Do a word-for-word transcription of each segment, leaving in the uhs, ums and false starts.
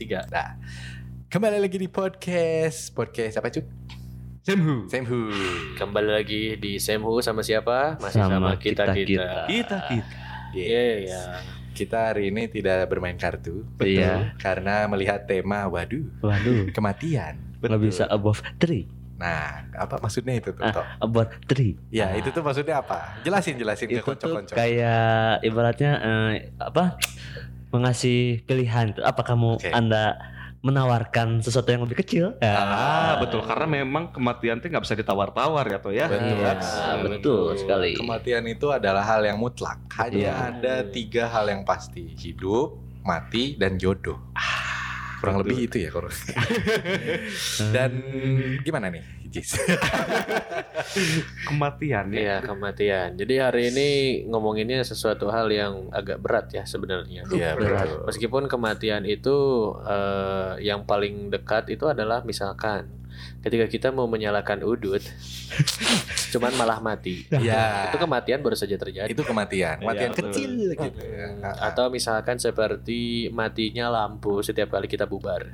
tiga. Nah, kembali lagi di podcast. Podcast apa, Cuk? Semhu. Semhu. Kembali lagi di Semhu sama siapa? Masih sama, Sama kita-kita. Kita-kita. Iya, iya. Kita hari ini tidak bermain kartu. Betul. Iya. Karena melihat tema, waduh, Waduh, kematian. nggak bisa above three. Nah, apa maksudnya itu tuh, Ah, Tok? above three. Ya, Ah, itu tuh maksudnya apa? Jelasin, jelasin ke itu tuh konco-konco. kayak ibaratnya eh, apa? Mengasih pilihan. Apa kamu Oke. Anda menawarkan sesuatu yang lebih kecil? Ah, betul. Karena memang kematian itu nggak bisa ditawar-tawar ya toh ya. Betul. Iya, Betul. betul sekali. Kematian itu adalah hal yang mutlak. Hanya Iya. ada tiga hal yang pasti: hidup, mati, dan jodoh. Kurang betul. lebih itu ya, kurang. Dan gimana nih, Jis? Kematian ya. Iya, kematian. Jadi hari ini ngomonginnya sesuatu hal yang agak berat ya sebenarnya. Iya, berat. betul. Meskipun kematian itu eh, yang paling dekat itu adalah misalkan ketika kita mau menyalakan udut, cuman malah mati. Ya, Itu kematian baru saja terjadi. itu kematian, kematian Iya, betul. kecil gitu. ya. Atau misalkan seperti matinya lampu setiap kali kita bubar.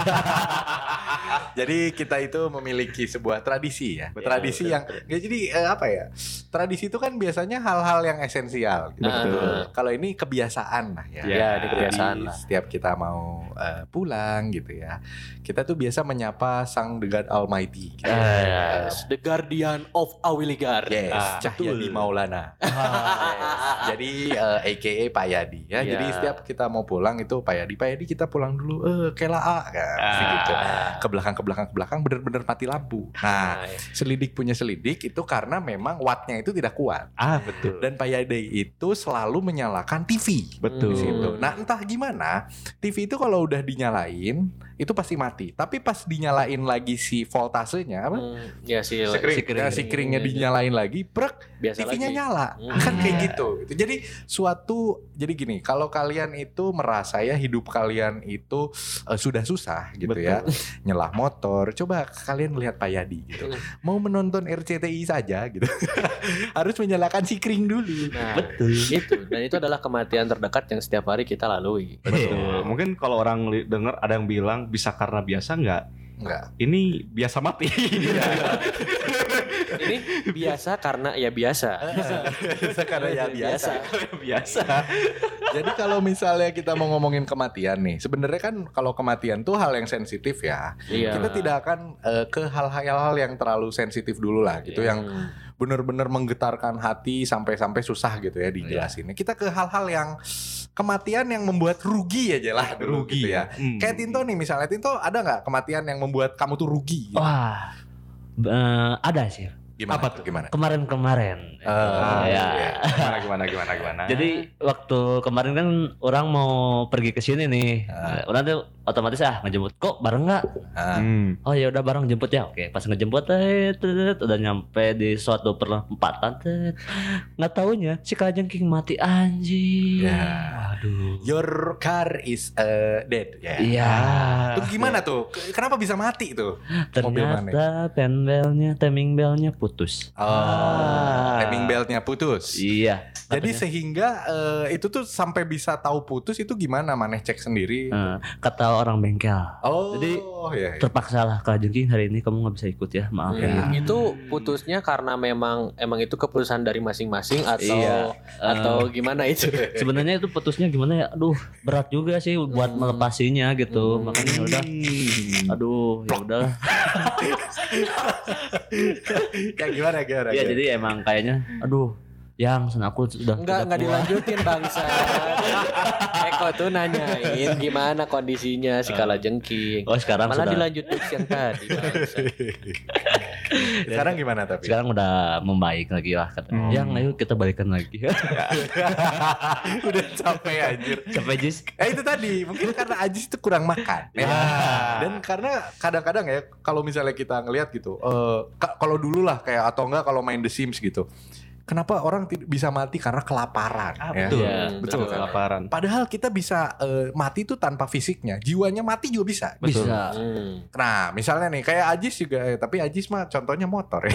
Jadi kita itu memiliki sebuah tradisi ya, Betul, tradisi betul, yang ya, jadi eh, apa ya? Tradisi itu kan biasanya hal-hal yang esensial. Gitu. Betul. Kalau ini kebiasaan lah ya. Ya, ini kebiasaan Jadi, lah. setiap kita mau eh, pulang gitu ya, kita tuh biasa menyapa Sang The God Almighty. Gitu. Yes, the guardian of Awiligar. Yes, Ah, Cahyadi Maulana. Yes. Jadi uh, A K A Pak Yadi ya. Iya. Jadi setiap kita mau pulang itu Pak Yadi, Pak Yadi kita pulang dulu. Eh, kelaa kan. Ah. Gitu. Ke belakang ke belakang ke belakang bener-bener mati lampu. Nah, Nah, selidik punya selidik itu karena memang wattnya itu tidak kuat. Ah, betul. Dan Pak Yadi itu selalu menyalakan T V. Betul. Di situ. Nah, entah gimana, T V itu kalau udah dinyalain itu pasti mati. Tapi pas dinyalain lagi si voltasenya apa? hmm, ya si Si kering, kering. nah, si keringnya dinyalain lagi, brek, Biasa T V-nya lagi. nyala. Hmm. Kan kayak gitu. Gitu. Jadi suatu jadi gini, kalau kalian itu merasa ya hidup kalian itu eh, sudah susah gitu Betul. ya. Nyelah motor, coba kalian lihat Pak Yadi gitu. Hmm. Mau menonton R C T I saja gitu. Harus menyalakan si kering dulu. Nah, Betul. itu dan itu adalah kematian terdekat yang setiap hari kita lalui. Betul. Mungkin kalau orang li- dengar ada yang bilang bisa karena biasa nggak? Enggak. Ini biasa mati. Ini biasa karena ya biasa. Karena ya biasa. biasa. Jadi kalau misalnya kita mau ngomongin kematian nih, sebenarnya kan kalau kematian tuh hal yang sensitif ya. Iya. Kita tidak akan eh, ke hal-hal yang terlalu sensitif dulu lah gitu, Iya. yang benar-benar menggetarkan hati sampai-sampai susah gitu ya dijelasinnya. Kita ke hal-hal yang kematian yang membuat rugi aja lah dulu Rugi gitu ya. Hmm. Kayak Tinto nih misalnya, Tinto ada nggak kematian yang membuat kamu tuh rugi? Gitu? Wah, eh, ada sih. Gimana apa tuh? Gimana? Kemarin-kemarin. Ah, ya. iya. Gimana gimana gimana gimana. Jadi waktu kemarin kan orang mau pergi ke sini nih, Ah. orang tuh otomatis ah ngejemput kok bareng nggak? Ah, Hmm. Oh ya udah bareng jemput ya, oke. Pas ngejemput, tet, tet, udah nyampe di suatu perempatan, tet. Nggak taunya si Kalajengking mati anjing. Ya. Waduh. Your car is uh, dead. Ya. Iya. Tuh gimana tuh? Kenapa bisa mati tuh? Mobil mana? Ternyata penbelnya, timing belnya putus. Oh, Ah. timing beltnya putus. Iya. Jadi Katanya, sehingga eh, itu tuh sampai bisa tahu putus itu gimana? Maneh cek sendiri. eh, kata orang bengkel. Oh, Jadi, iya, iya. Terpaksa lah Kalajengking hari ini kamu nggak bisa ikut ya, maaf Hmm, ya. Itu putusnya karena memang emang itu keputusan dari masing-masing atau Iya. atau gimana itu? Sebenarnya itu putusnya gimana ya? Aduh, berat juga sih buat Hmm. melepasinya gitu. Hmm. Makanya udah, aduh, ya udah. Ya gimana gimana? Iya, gimana? jadi emang kayaknya aduh, yang sen aku sudah Enggak, sudah enggak tua. dilanjutin bangsa. Eko tuh nanyain gimana kondisinya si Kalajengking. Oh, sekarang Malah sudah dilanjut terus yang tadi bangsa. Sekarang gimana tapi? sekarang udah membaik lagi lah kata. Hmm. Yang ayo kita balikan lagi. Udah capek anjir. Sampai Jis. Eh itu tadi mungkin karena Ajis itu kurang makan ya. Dan karena kadang-kadang ya kalau misalnya kita ngelihat gitu, eh, ka- kalau dulu lah kayak atau enggak kalau main The Sims gitu. Kenapa orang tidak bisa mati karena kelaparan? Ah, ya? betul. Iya, betul kan? Kelaparan. Padahal kita bisa eh, mati tuh tanpa fisiknya, jiwanya mati juga bisa. Betul. Bisa. Hmm. Nah, misalnya nih kayak Ajis juga, eh, tapi Ajis mah contohnya motor ya.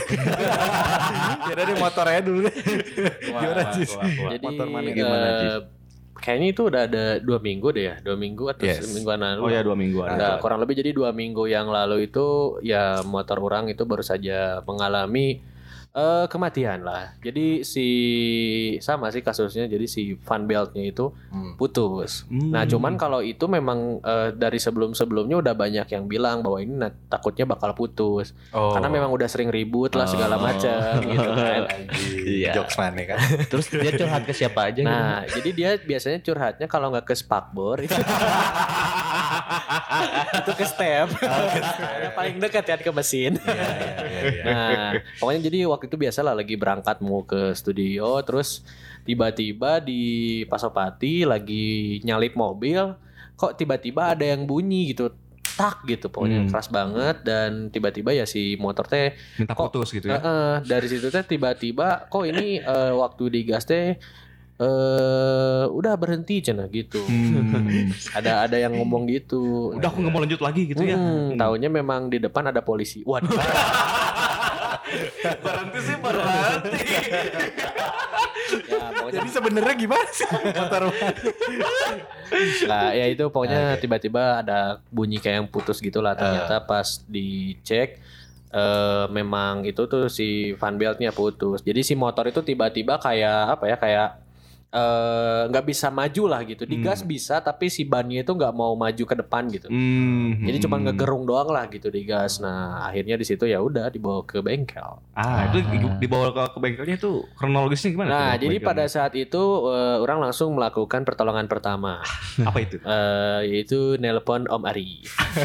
Ya dari motornya dulu deh. Gimana Ajis? Jadi Motor mana gimana, Jis? eh, kayaknya itu udah ada dua minggu deh ya, dua minggu atau Yes. mingguan lalu. Oh ya dua minggu ada. Nah, kurang lebih jadi dua minggu yang lalu itu ya motor orang itu baru saja mengalami eh, kematian lah. Jadi si sama sih kasusnya, jadi si fan beltnya itu Hmm. putus. Hmm. Nah, cuman kalau itu memang eh, dari sebelum-sebelumnya udah banyak yang bilang bahwa ini na- takutnya bakal putus. Oh. Karena memang udah sering ribut lah segala Oh. macam gitu kan. Iya. Jokes mana kan? Terus dia curhat ke siapa aja gitu. Nah, jadi dia biasanya curhatnya kalau nggak ke spakbor itu, itu ke step. Yang paling dekat kan ke mesin. Iya, iya, iya, iya. Nah, pokoknya jadi waktu itu biasalah lagi berangkat mau ke studio, terus tiba-tiba di Pasopati lagi nyalip mobil, kok tiba-tiba ada yang bunyi gitu, tak gitu, pokoknya Hmm. keras banget, dan tiba-tiba ya si motor teh Minta kok- putus gitu ya. Eh, eh, dari situ teh tiba-tiba kok ini eh, waktu digas teh eh udah berhenti cenah gitu. Hmm. Ada ada yang ngomong gitu. Udah aku nggak mau lanjut lagi gitu ya. Hmm, taunya memang di depan ada polisi. Waduh. Berhenti sih berhenti. Ya, pokoknya Jadi sebenarnya gimana sih motor? lah, ya itu pokoknya tiba-tiba ada bunyi kayak yang putus gitulah. Ternyata pas dicek eh memang itu tuh si fan beltnya putus. Jadi si motor itu tiba-tiba kayak apa ya, kayak eh, nggak bisa maju lah gitu. Digas bisa, tapi si bannya itu nggak mau maju ke depan gitu. Hmm. Jadi cuma ngegerung doang lah gitu digas. Nah akhirnya di situ ya udah dibawa ke bengkel. Ah, itu di- dibawa ke, ke bengkelnya itu kronologisnya gimana? Nah tuh, jadi bengkelnya? pada saat itu eh, orang langsung melakukan pertolongan pertama, apa itu? Eh, yaitu nelpon Om Ari.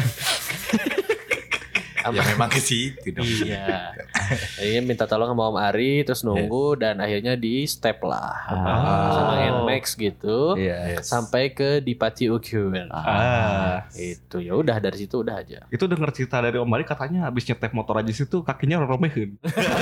Ya memang ke situ dong. Iya. Akhirnya minta tolong sama Om Ari, terus nunggu dan akhirnya di step lah Ah. sama Nmax gitu Iya. Yes. sampai ke Dipati Ukyuan. Ah, Itu ya udah dari situ udah aja. itu denger cerita dari Om Ari katanya habis nyetek motor aja situ kakinya romehin.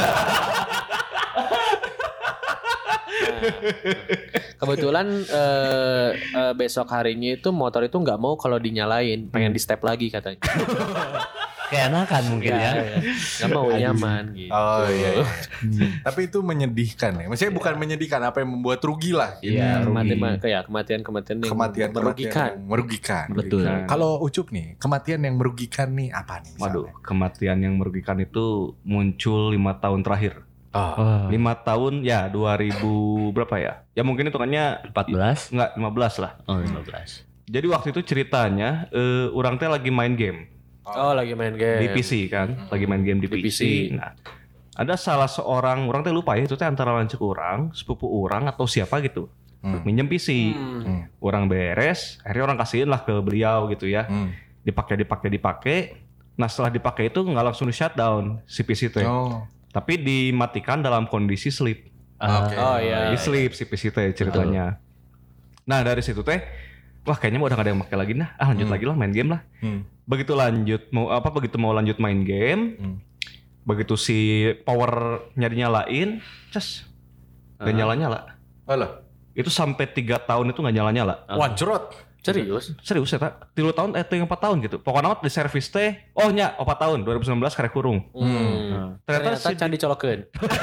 Kebetulan eh, eh, besok harinya itu motor itu nggak mau kalau dinyalain, pengen di step lagi katanya. Kayak enakan mungkin ya. Nggak mau nyaman gitu. Oh iya. iya. Tapi itu menyedihkan ya. Maksudnya bukan menyedihkan, apa yang membuat rugi lah. Iya, rugi. kematian kayak kematian-kematian yang Kematian merugikan. yang merugikan. Betul. Merugikan. Kalau Ucup nih, kematian yang merugikan nih apa nih? Waduh, misalnya? kematian yang merugikan itu muncul lima tahun terakhir. Oh. Lima tahun ya dua ribu berapa ya? Ya mungkin hitungannya empat belas enggak lima belas lah. Oh lima belas. Jadi waktu itu ceritanya eh, orang teh lagi main game Oh, lagi main game. di P C kan, lagi main game di, Di P C. P C. Nah, ada salah seorang orang teh lupa ya itu teh antara lancuk orang, sepupu orang atau siapa gitu. Hmm. Minjem P C. Hmm. Hmm. Orang beres, akhirnya orang kasihin lah ke beliau gitu ya. Hmm. Dipakai dipakai dipakai. Nah, setelah dipakai itu nggak langsung di shutdown si P C teh. Oh. Tapi dimatikan dalam kondisi sleep. Oke. Oh iya. Di sleep si P C teh ceritanya. Nah, dari situ teh wah kayaknya mau udah gak ada yang pakai lagi nah. Ah lanjut Hmm. lagi lah main game lah. Hmm. Begitu lanjut mau apa begitu mau lanjut main game, Hmm. begitu si powernya dinyalain, ces gak Ah. nyala-nyala. Alah, Itu sampai tiga tahun itu gak nyala-nyala. wancrot. Serius? Serius ya tak? Tiga tahun eh tiga empat tahun gitu. Pokoknya di servis teh, oh nya empat tahun dua ribu sembilan belas karek kurung. Hmm. Ternyata, Ternyata si can dicolokeun.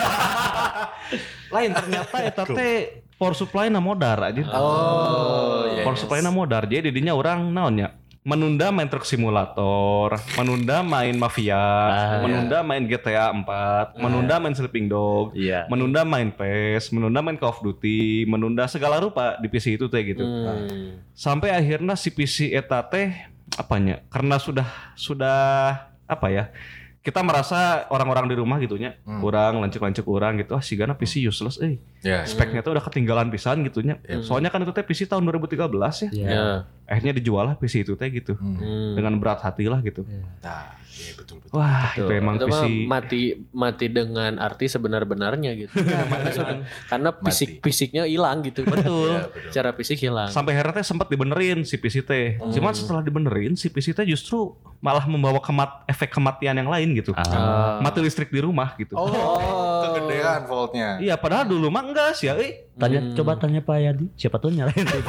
lain ternyata eta teh power supply na modar aja. Oh, iya. Power supply na modar. Jadi didinya orang naonnya menunda main truk simulator, menunda main mafia, Ah, menunda main G T A empat, menunda main Sleeping Dog, Iya. menunda main P E S, menunda main Call of Duty, menunda segala rupa di P C itu teh gitu. Hmm. Sampai akhirnya si P C eta teh apanya? Karena sudah sudah apa ya? Kita merasa orang-orang di rumah gitunya, Hmm. kurang lancuk-lancuk kurang gitu. Ah, sigana P C useless eh. Ya. Speknya tuh udah ketinggalan pisan gitunya. Hmm. Soalnya kan itu teh P C tahun dua ribu tiga belas ya. Iya. Ya. Akhirnya dijual lah P C itu teh gitu. Hmm. Hmm. Dengan berat hati lah gitu. Nah, iya betul betul. Wah, Tuh, itu emang itu P C. mah mati mati dengan arti sebenar-benarnya gitu. Karena fisik fisiknya hilang gitu. Betul. Iya, betul. Secara fisik hilang. Sampai akhirnya teh sempat dibenerin si P C teh. Hmm. Cuman setelah dibenerin si P C teh justru malah membawa kemat efek kematian yang lain gitu. Ah. Mati listrik di rumah gitu. Oh, kegedean kegedean voltnya. Iya, padahal dulu mah enggak sih ya. Eh, Tanya, Hmm. coba tanya Pak Yadi, siapa tuh nyalain T V.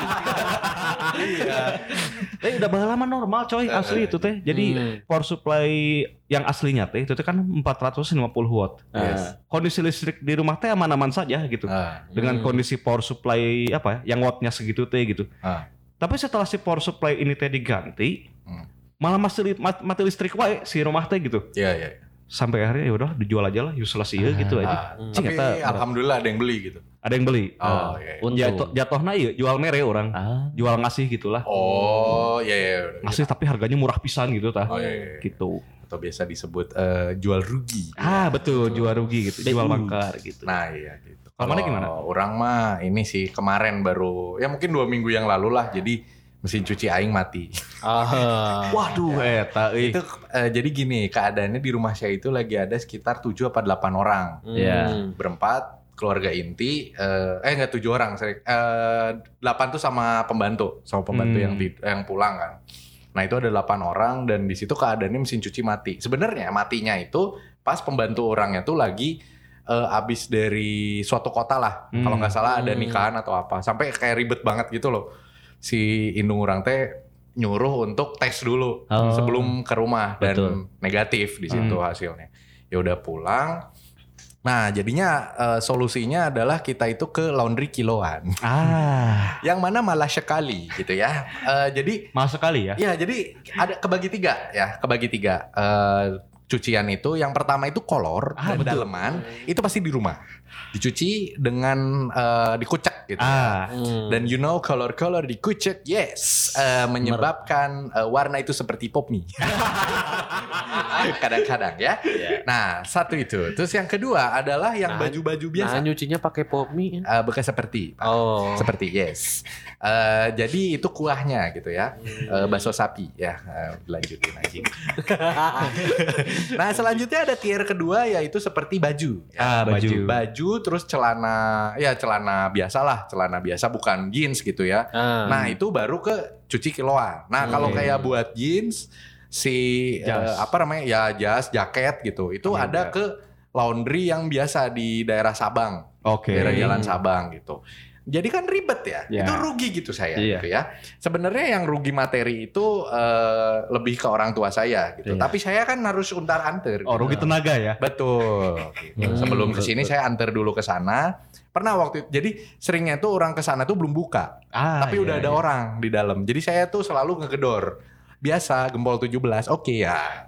iya. Eh udah lama normal coy asli itu teh. Jadi Hmm. power supply yang aslinya teh itu teh kan empat ratus lima puluh watt. Yes. Kondisi listrik di rumah teh aman-aman saja gitu. Ah. Dengan Hmm. kondisi power supply apa ya, yang wattnya segitu teh gitu. Ah. Tapi setelah si power supply ini teh diganti, Hmm. malah masih li- mat- mati listrik wae si rumah teh gitu. Iya, iya. Sampai akhirnya ya udah dijual aja lah, useless ieu gitu aja. Ah, Cing, tapi eta alhamdulillah ada yang beli gitu. ada yang beli. Oh, iya. iya. Untung. Jatuh jatuhna ieu jual mere orang. Ah. Jual ngasih gitulah. Oh, iya iya. Ngasih tapi harganya murah pisan gitu tah. Oh, iya, iya. Gitu. Atau biasa disebut eh, jual rugi. Ah, betul, jual rugi gitu, jual bangkar gitu. Nah, iya gitu. Kalau mana gimana? Orang mah ini sih kemarin baru ya mungkin dua minggu yang lalu lah. Jadi mesin cuci aing mati. Ah. Waduh, eta euy. Itu eh, jadi gini, keadaannya di rumah saya itu lagi ada sekitar tujuh apa delapan orang. Iya. Hmm. Berempat, keluarga inti, eh, eh enggak tujuh orang, sorry. Eh, delapan tuh sama pembantu, sama pembantu Hmm. yang di- yang pulang kan. Nah itu ada delapan orang dan di situ keadaannya mesin cuci mati. Sebenarnya matinya itu pas pembantu orangnya tuh lagi eh, abis dari suatu kota lah, Hmm. kalau nggak salah ada Hmm. nikahan atau apa, sampai kayak ribet banget gitu loh. Si indung orang teh nyuruh untuk tes dulu Oh. sebelum ke rumah dan Betul. negatif di situ Hmm. hasilnya. Ya udah pulang. Nah, jadinya eh, solusinya adalah kita itu ke laundry kiloan. Ah, Yang mana malah sekali gitu ya. Eh, jadi mahal sekali ya. ya jadi ada kebagi tiga ya, kebagi tiga. Eh, cucian itu yang pertama itu kolor Ah, dan betul. daleman itu pasti di rumah. Dicuci dengan eh, dikucek gitu. Ah, Hmm. Dan you know color-color dikucek, yes, eh, menyebabkan eh, warna itu seperti pop mie. Kadang-kadang ya. Nah, satu itu. Terus yang kedua adalah yang Nah, baju-baju Nah, biasa. nyucinya pakai pop mie. Eh, bekas seperti, Pak. Oh. Seperti, yes. Eh, jadi itu kuahnya gitu ya. Eh, bakso sapi ya. Eh, lanjutin aja. Nah, selanjutnya ada tier kedua yaitu seperti baju. Ah, baju. Baju terus celana, ya celana biasa lah, celana biasa bukan jeans gitu ya. Ah. Nah itu baru ke cuci kiloan. Nah kalau Hmm. kayak buat jeans, si Jas. eh, apa namanya ya jas, jaket gitu, itu Iya, ada iya. ke laundry yang biasa di daerah Sabang, oke. daerah Jalan Sabang gitu. Jadi kan ribet ya, Ya. itu rugi gitu saya Iya. gitu ya. Sebenarnya yang rugi materi itu eh, lebih ke orang tua saya gitu. Iya. Tapi saya kan harus untar anter. Oh, gitu. rugi tenaga ya. Betul. Gitu. Hmm, Sebelum ke sini betul. saya antar dulu ke sana. Pernah waktu itu, jadi seringnya tuh orang ke sana tuh belum buka, Ah, tapi udah iya, ada iya. orang di dalam. Jadi saya tuh selalu ngegedor. Biasa gempol tujuh belas, oke ya.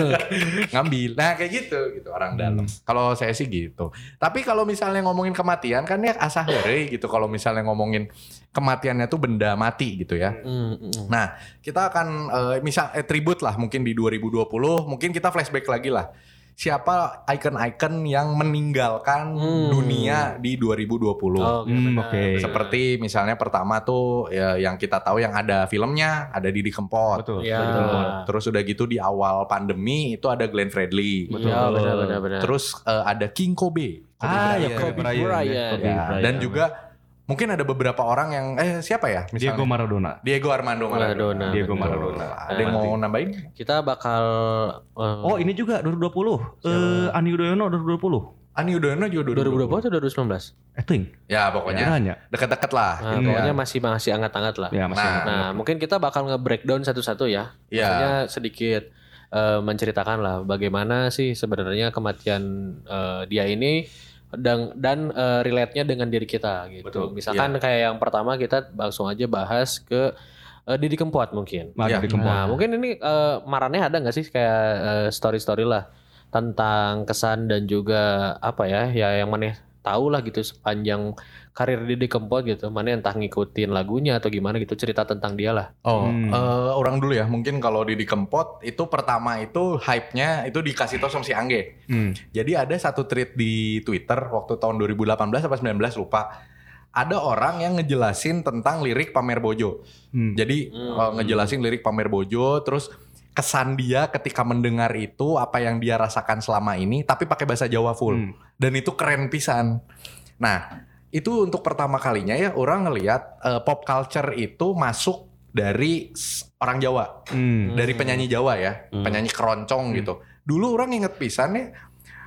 Ngambil. Nah, kayak gitu gitu orang Hmm. dalam. Kalau saya sih gitu. Tapi kalau misalnya ngomongin kematian kan ya asah heureuy gitu kalau misalnya ngomongin kematiannya tuh benda mati gitu ya. Hmm, hmm. Nah, kita akan eh, misal eh, tribute lah mungkin di dua ribu dua puluh, mungkin kita flashback lagi lah. Siapa icon-icon yang meninggalkan Hmm. dunia di dua ribu dua puluh? Oh, Hmm, benar. oke. Seperti misalnya pertama tuh ya, yang kita tahu yang ada filmnya, ada Didi Kempot. Betul. Ya. Betul. Terus udah gitu di awal pandemi itu ada Glenn Fredly. Betul. Ya, benar, benar, benar. Terus eh, ada King Kobe. Kobe Ah, ya Bryant. Kobe Bryant. Bryant. Kobe Ya, Bryant. dan juga mungkin ada beberapa orang yang eh siapa ya? Diego Maradona. Diego Armando Maradona. Maradona, Diego Betul. Maradona. Ada yang mau nambahin? Kita bakal eh, Oh, ini juga dua ribu dua puluh. Eh, Ani Yudhoyono dua ribu dua puluh. Ani Yudhoyono juga dua ribu dua puluh atau dua ribu sembilan belas? I think. Ya pokoknya Kiranya. deket-deket lah. Nah, gitu pokoknya ya. masih masih hangat-hangat lah. Ya, masih. Nah, Nah, mungkin kita bakal nge-breakdown satu-satu ya. Ya. Maksudnya sedikit eh, menceritakan lah bagaimana sih sebenarnya kematian eh, dia ini dan dan eh, relate-nya dengan diri kita gitu. Betul, Misalkan kayak yang pertama kita langsung aja bahas ke eh, Didi Kempot mungkin. Mari Ya. di Kempot. Nah, mungkin ini eh, Marannya ada nggak sih kayak eh, story-story lah tentang kesan dan juga apa ya ya yang mana tahu lah gitu sepanjang karir Didi Kempot gitu, mana entah ngikutin lagunya atau gimana gitu, cerita tentang dia lah. Oh, Hmm. eh, orang dulu ya. Mungkin kalau Didi Kempot itu pertama itu hype-nya itu dikasih tau sama si Angge. Hmm. Jadi ada satu tweet di Twitter waktu tahun dua ribu delapan belas atau sembilan belas lupa. Ada orang yang ngejelasin tentang lirik Pamer Bojo. Hmm. Jadi Hmm. eh, ngejelasin lirik Pamer Bojo, terus kesan dia ketika mendengar itu, apa yang dia rasakan selama ini, tapi pakai bahasa Jawa full. Hmm. Dan itu keren pisan. Nah, itu untuk pertama kalinya ya orang ngelihat eh, pop culture itu masuk dari s- orang Jawa, Hmm. dari penyanyi Jawa ya, Hmm. penyanyi keroncong Hmm. gitu. Dulu orang inget pisan nih,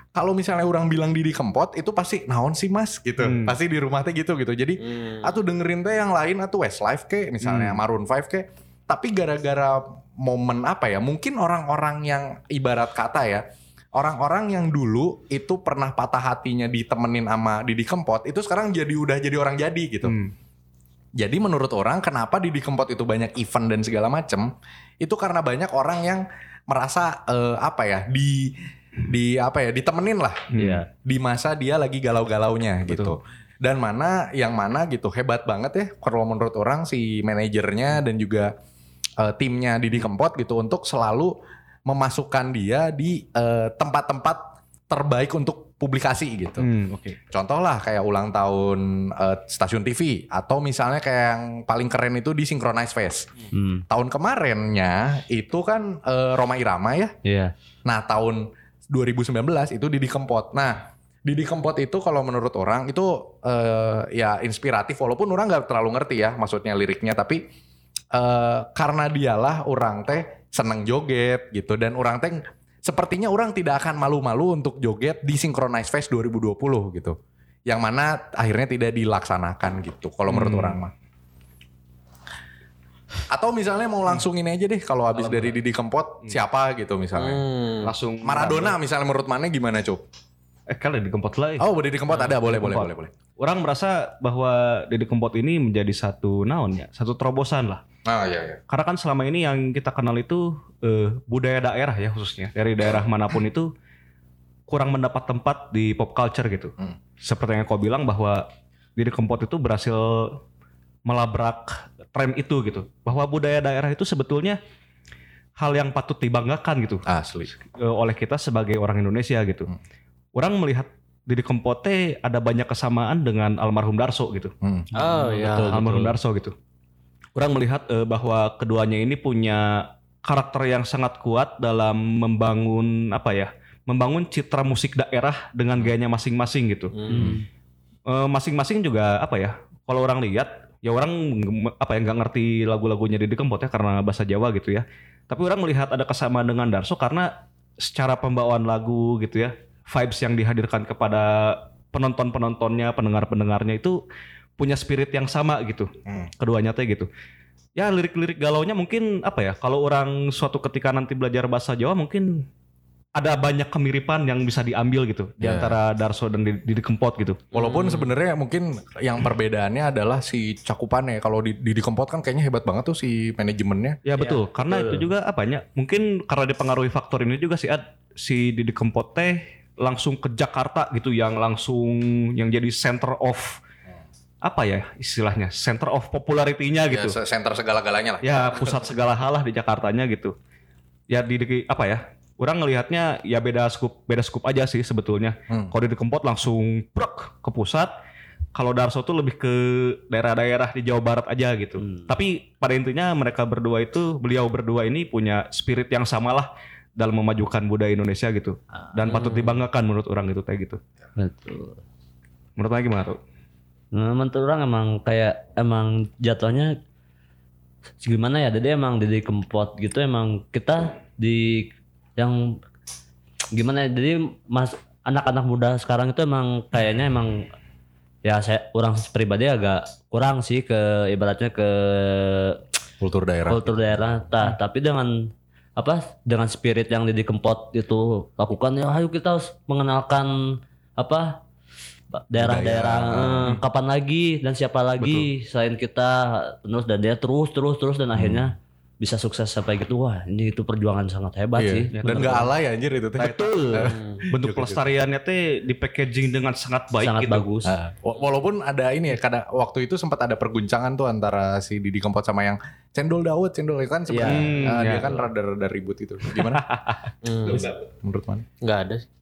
kalau misalnya orang bilang Didi Kempot itu pasti naon sih mas gitu. Hmm. Pasti di rumah teh gitu gitu. Jadi Hmm. atau dengerin teh yang lain atau Westlife kayak misalnya Hmm. Maroon five kayak. Tapi gara-gara momen apa ya? Mungkin orang-orang yang ibarat kata ya, orang-orang yang dulu itu pernah patah hatinya ditemenin sama Didi Kempot itu sekarang jadi udah jadi orang jadi gitu. Hmm. Jadi menurut orang kenapa Didi Kempot itu banyak event dan segala macem itu karena banyak orang yang merasa eh, apa ya di di apa ya ditemenin lah Iya. di masa dia lagi galau-galaunya gitu. Dan mana yang mana gitu hebat banget ya kalau menurut orang si manajernya dan juga uh, timnya Didi Kempot gitu untuk selalu memasukkan dia di uh, tempat-tempat terbaik untuk publikasi gitu. Hmm, oke. Contoh lah kayak ulang tahun uh, stasiun T V atau misalnya kayak yang paling keren itu di Synchronize Fest. Hmm. Tahun kemarinnya itu kan uh, Rhoma Irama ya. Iya. Nah tahun dua ribu sembilan belas itu Didi Kempot. Nah Didi Kempot itu kalau menurut orang itu uh, ya inspiratif walaupun orang nggak terlalu ngerti ya maksudnya liriknya tapi uh, karena dialah orang teh seneng joget gitu dan orang teh sepertinya orang tidak akan malu-malu untuk joget di Synchronize Fest dua ribu dua puluh gitu. Yang mana akhirnya tidak dilaksanakan gitu kalau menurut Hmm. orang mah. Atau misalnya mau langsung ini aja deh kalau habis dari Didi Kempot siapa gitu misalnya. Hmm. Langsung Maradona misalnya menurut mana gimana Cuk? Eh kalau Didi Kempot lagi. Oh Didi Kempot ada boleh boleh Kempot. boleh boleh. Orang merasa bahwa Didi Kempot ini menjadi satu naon ya, satu terobosan lah. Ah iya iya. Karena kan selama ini yang kita kenal itu eh, budaya daerah ya khususnya dari daerah manapun itu kurang mendapat tempat di pop culture gitu. Hmm. Seperti yang kau bilang bahwa Didi Kempot itu berhasil melabrak tren itu gitu. Bahwa budaya daerah itu sebetulnya hal yang patut dibanggakan gitu Asli. eh, oleh kita sebagai orang Indonesia gitu. Hmm. Orang melihat Didi Kempot teh ada banyak kesamaan dengan almarhum Darso gitu. Hmm. Oh iya. Betul. Almarhum Darso gitu. Orang melihat eh, bahwa keduanya ini punya karakter yang sangat kuat dalam membangun apa ya, membangun citra musik daerah dengan gayanya masing-masing gitu. Hmm. Eh, masing-masing juga apa ya? Kalau orang lihat, ya orang nge- apa ya nggak ngerti lagu-lagunya Didi Kempot ya karena bahasa Jawa gitu ya. Tapi orang melihat ada kesamaan dengan Darso karena secara pembawaan lagu gitu ya, vibes yang dihadirkan kepada penonton-penontonnya, pendengar-pendengarnya itu punya spirit yang sama gitu. Hmm. Keduanya teh gitu. Ya lirik-lirik galaunya mungkin apa ya? Kalau orang suatu ketika nanti belajar bahasa Jawa mungkin ada banyak kemiripan yang bisa diambil gitu di Ya. antara Darso dan Didi Didi Kempot gitu. Walaupun sebenarnya mungkin yang perbedaannya adalah si cakupannya. Kalau di Didi Kempot kan kayaknya hebat banget tuh si manajemennya. Ya betul, karena betul. itu juga apanya? Mungkin karena dipengaruhi faktor ini juga sih Ad, si Didi Kempot teh langsung ke Jakarta gitu yang langsung yang jadi center of apa ya istilahnya? Center of popularity-nya gitu. Ya, center segala-galanya lah. Ya pusat segala hal lah di Jakartanya gitu. Ya di, di- apa ya? Orang ngelihatnya ya beda scoop, beda scoop aja sih sebetulnya. Hmm. Kalau Didi Kempot langsung brok ke pusat. Kalau Darso tuh lebih ke daerah-daerah di Jawa Barat aja gitu. Hmm. Tapi pada intinya mereka berdua itu, beliau berdua ini punya spirit yang sama lah dalam memajukan budaya Indonesia gitu. Dan patut dibanggakan menurut orang itu kayak gitu. Betul. Menurut orang gimana tuh? Nah, menurut orang emang kayak emang jatuhnya gimana ya? Jadi emang Didi Kempot gitu emang kita di yang gimana ya? Jadi mas anak-anak muda sekarang itu emang kayaknya emang ya saya orang pribadi agak kurang sih ke ibaratnya ke Kultur daerah. kultur daerah. Nah, tapi dengan apa? Dengan spirit yang Didi Kempot itu lakukan ya ayo kita harus mengenalkan apa? daerah-daerah eh, kapan lagi dan siapa lagi selain kita terus dan dia terus terus terus dan akhirnya bisa sukses sampai gitu. Wah, ini itu perjuangan sangat hebat Iya. sih. Dan nggak alay anjir itu teh. Betul. Bentuk pelestariannya teh di packaging dengan sangat baik Sangat gitu. bagus. Ah, wa- walaupun ada ini ya, kadang waktu itu sempat ada perguncangan tuh antara si Didi Kempot sama yang Cendol Dawet, Cendol itu kan sebenarnya Iya. ah, Hmm, dia iya. kan rada-rada ribut itu. Gimana? Hmm. Menurut mana? Nggak ada sih.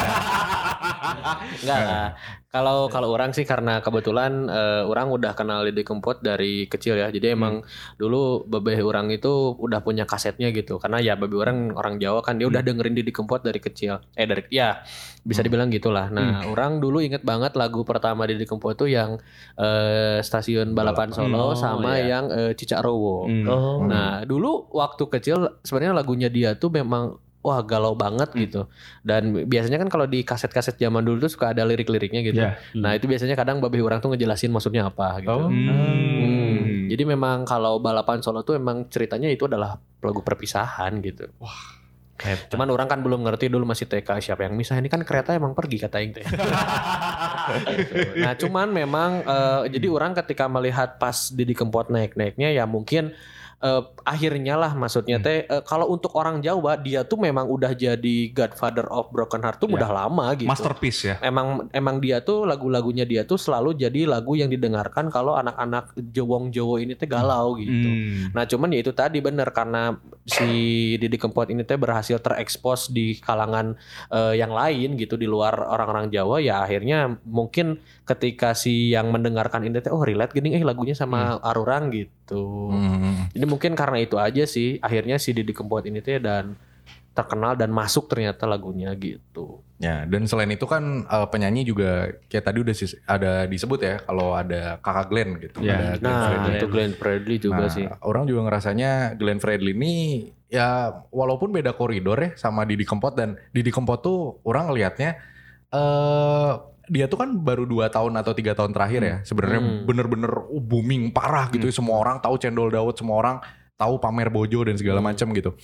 Nggak lah. Kalau kalau orang sih karena kebetulan eh, orang udah kenal Didi Kempot dari kecil ya. Jadi emang dulu bebeh orang itu udah punya kasetnya gitu. Karena ya bebeh orang orang Jawa kan dia udah dengerin Didi Kempot dari kecil. Eh dari ya bisa dibilang gitulah. Nah, orang dulu inget banget lagu pertama Didi Kempot tuh yang eh, Stasiun Balapan Solo Oh, sama iya. yang eh, Cicak Rowo. Hmm. Oh. Nah, dulu waktu kecil sebenarnya lagunya dia tuh memang wah galau banget hmm. gitu. Dan biasanya kan kalau di kaset-kaset zaman dulu tuh suka ada lirik-liriknya gitu. Yeah. Nah itu biasanya kadang babe orang tuh ngejelasin maksudnya apa gitu. Oh. Hmm. Hmm. Jadi memang kalau balapan solo tuh emang ceritanya itu adalah lagu perpisahan gitu. Wah. Hebat. Cuman orang kan belum ngerti dulu masih T K siapa yang misah ini kan kereta emang pergi kata aing teh. Nah cuman memang uh, jadi orang ketika melihat pas Didi Kempot naik-naiknya ya mungkin Uh, akhirnya lah maksudnya teh uh, kalau untuk orang Jawa dia tuh memang udah jadi Godfather of Broken Heart tuh yeah. udah lama gitu. Masterpiece ya. Emang emang dia tuh lagu-lagunya dia tuh selalu jadi lagu yang didengarkan kalau anak-anak Jawong Jawa ini teh galau gitu. Hmm. Nah cuman ya itu tadi bener karena si Didi Kempot ini teh berhasil terekspos di kalangan uh, yang lain gitu di luar orang-orang Jawa ya akhirnya mungkin ketika si yang mendengarkan ini teh oh relate gini eh lagunya sama hmm. Arurang gitu. Hmm. Jadi mungkin karena itu aja sih akhirnya si Didi Kempot ini tuh dan terkenal dan masuk ternyata lagunya gitu. Ya dan selain itu kan uh, penyanyi juga kayak tadi udah ada disebut ya kalau ada kakak Glenn gitu. Ya. Ada nah Glenn itu Glenn Fredly juga nah, sih. Orang juga ngerasanya Glenn Fredly ini ya walaupun beda koridor ya sama Didi Kempot dan Didi Kempot tuh orang ngelihatnya uh, dia tuh kan baru dua tahun atau tiga tahun terakhir ya sebenarnya hmm. bener-bener uh, booming parah gitu hmm. semua orang tahu Cendol Dawet, semua orang tahu pamer bojo dan segala hmm. macam gitu.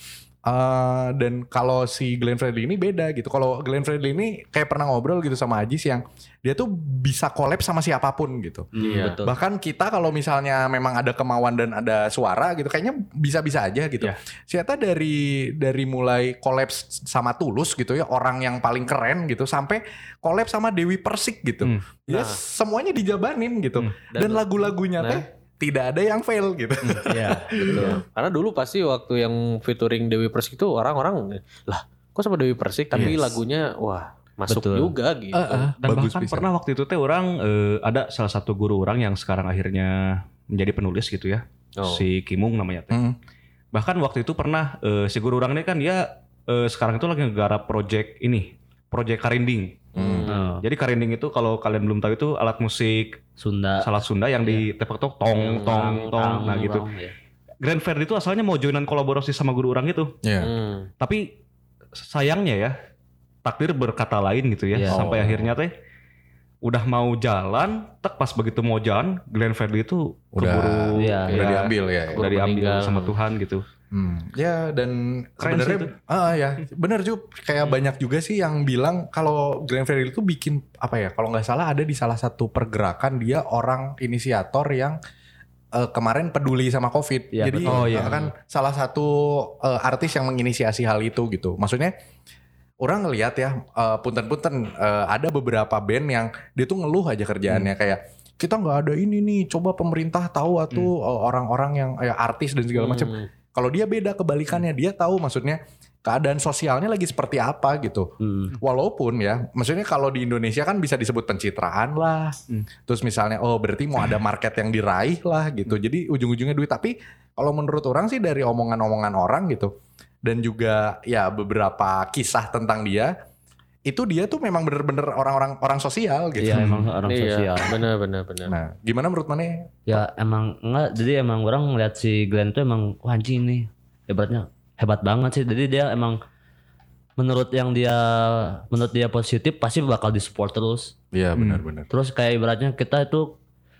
Uh, dan kalau si Glenn Fredly ini beda gitu. Kalau Glenn Fredly ini kayak pernah ngobrol gitu sama Ajis yang dia tuh bisa collab sama siapapun gitu. Iya. Hmm, bahkan kita kalau misalnya memang ada kemauan dan ada suara gitu, kayaknya bisa-bisa aja gitu. Yeah. Siapa dari dari mulai collab sama Tulus gitu ya, orang yang paling keren gitu, sampai collab sama Dewi Persik gitu. Hmm. Ya nah. semuanya dijabanin gitu. Hmm. Dan, dan lagu-lagunya nah. teh tidak ada yang fail gitu. Iya, betul. Karena dulu pasti waktu yang featuring Dewi Persik itu orang-orang lah, kok sama Dewi Persik tapi yes. lagunya wah masuk betul. juga gitu. Uh, uh, Dan bagus bahkan bisa. Pernah waktu itu teh orang uh, ada salah satu guru orang yang sekarang akhirnya menjadi penulis gitu ya. Oh. Si Kimung namanya teh. Mm. Bahkan waktu itu pernah uh, si guru orang ini kan dia uh, sekarang itu lagi ngegarap project ini, project Karinding. Hmm. Oh. Jadi karinding itu kalau kalian belum tahu itu alat musik Sunda, salat Sunda yang yeah. ditepak tong tong tong tong, nah gitu. Yeah. Grand Fredly itu asalnya mau joinan kolaborasi sama guru orang itu, yeah. hmm. tapi sayangnya ya takdir berkata lain gitu ya, yeah. sampai oh. akhirnya teh udah mau jalan, tak pas begitu mau jalan, Glenn Fredly itu udah, keburu ya, udah ya, diambil ya, udah diambil sama Tuhan gitu. Hmm. Ya dan sebenarnya ah uh, ya benar juga kayak hmm. banyak juga sih yang bilang kalau Glenn Fredly itu bikin apa ya kalau nggak salah ada di salah satu pergerakan dia orang inisiator yang uh, kemarin peduli sama COVID. Ya, jadi oh, iya. kan salah satu uh, artis yang menginisiasi hal itu gitu. Maksudnya orang ngelihat ya uh, punten-punten uh, ada beberapa band yang dia tuh ngeluh aja kerjaannya hmm. kayak kita nggak ada ini nih, coba pemerintah tahu atuh hmm. uh, orang-orang yang ya, artis dan segala hmm. macam. Kalau dia beda kebalikannya, dia tahu maksudnya keadaan sosialnya lagi seperti apa gitu. Hmm. Walaupun ya, maksudnya kalau di Indonesia kan bisa disebut pencitraan lah. Hmm. Terus misalnya, oh berarti mau ada market yang diraih lah gitu. Jadi ujung-ujungnya duit. Tapi kalau menurut orang sih dari omongan-omongan orang gitu. Dan juga ya beberapa kisah tentang dia. Itu dia tuh memang bener-bener orang-orang orang sosial gitu. Iya emang orang iya, sosial. Bener bener bener. Nah gimana menurut mana? Ya emang enggak. Jadi emang orang ngeliat si Glenn tuh emang wah anjing nih hebatnya hebat banget sih. Jadi dia emang menurut yang dia menurut dia positif pasti bakal disupport terus. Iya benar-benar. Hmm. Terus kayak ibaratnya kita itu